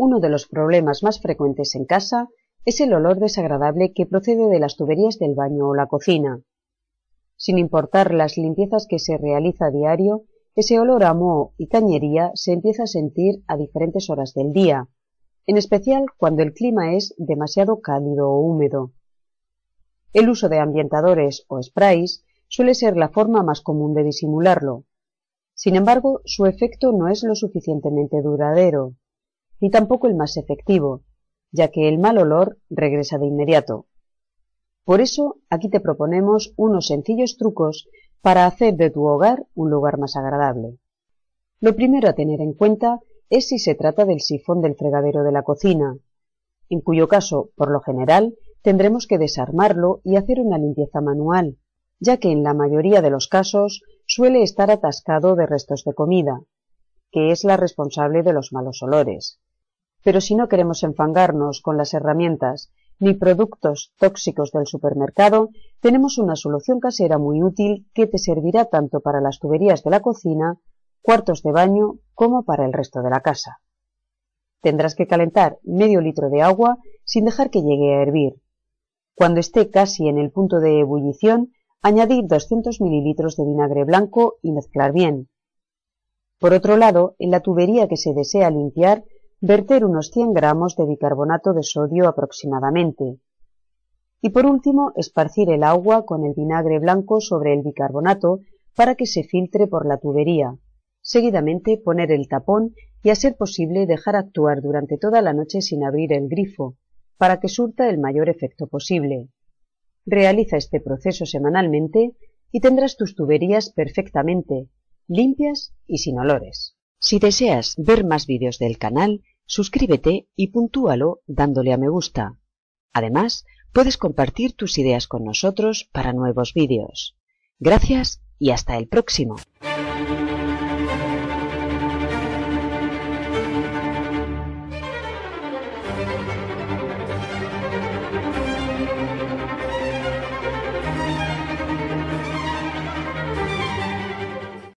Uno de los problemas más frecuentes en casa es el olor desagradable que procede de las tuberías del baño o la cocina. Sin importar las limpiezas que se realiza a diario, ese olor a moho y cañería se empieza a sentir a diferentes horas del día, en especial cuando el clima es demasiado cálido o húmedo. El uso de ambientadores o sprays suele ser la forma más común de disimularlo. Sin embargo, su efecto no es lo suficientemente duradero, ni tampoco el más efectivo, ya que el mal olor regresa de inmediato. Por eso, aquí te proponemos unos sencillos trucos para hacer de tu hogar un lugar más agradable. Lo primero a tener en cuenta es si se trata del sifón del fregadero de la cocina, en cuyo caso, por lo general, tendremos que desarmarlo y hacer una limpieza manual, ya que en la mayoría de los casos suele estar atascado de restos de comida, que es la responsable de los malos olores. Pero si no queremos enfangarnos con las herramientas ni productos tóxicos del supermercado, tenemos una solución casera muy útil que te servirá tanto para las tuberías de la cocina, cuartos de baño, como para el resto de la casa. Tendrás que calentar medio litro de agua sin dejar que llegue a hervir. Cuando esté casi en el punto de ebullición, añadir 200 mililitros de vinagre blanco y mezclar bien. Por otro lado, en la tubería que se desea limpiar, verter unos 100 gramos de bicarbonato de sodio aproximadamente. Y por último, esparcir el agua con el vinagre blanco sobre el bicarbonato para que se filtre por la tubería. Seguidamente, poner el tapón y, a ser posible, dejar actuar durante toda la noche sin abrir el grifo, para que surta el mayor efecto posible. Realiza este proceso semanalmente y tendrás tus tuberías perfectamente limpias y sin olores. Si deseas ver más vídeos del canal, suscríbete y puntúalo dándole a me gusta. Además, puedes compartir tus ideas con nosotros para nuevos vídeos. Gracias y hasta el próximo.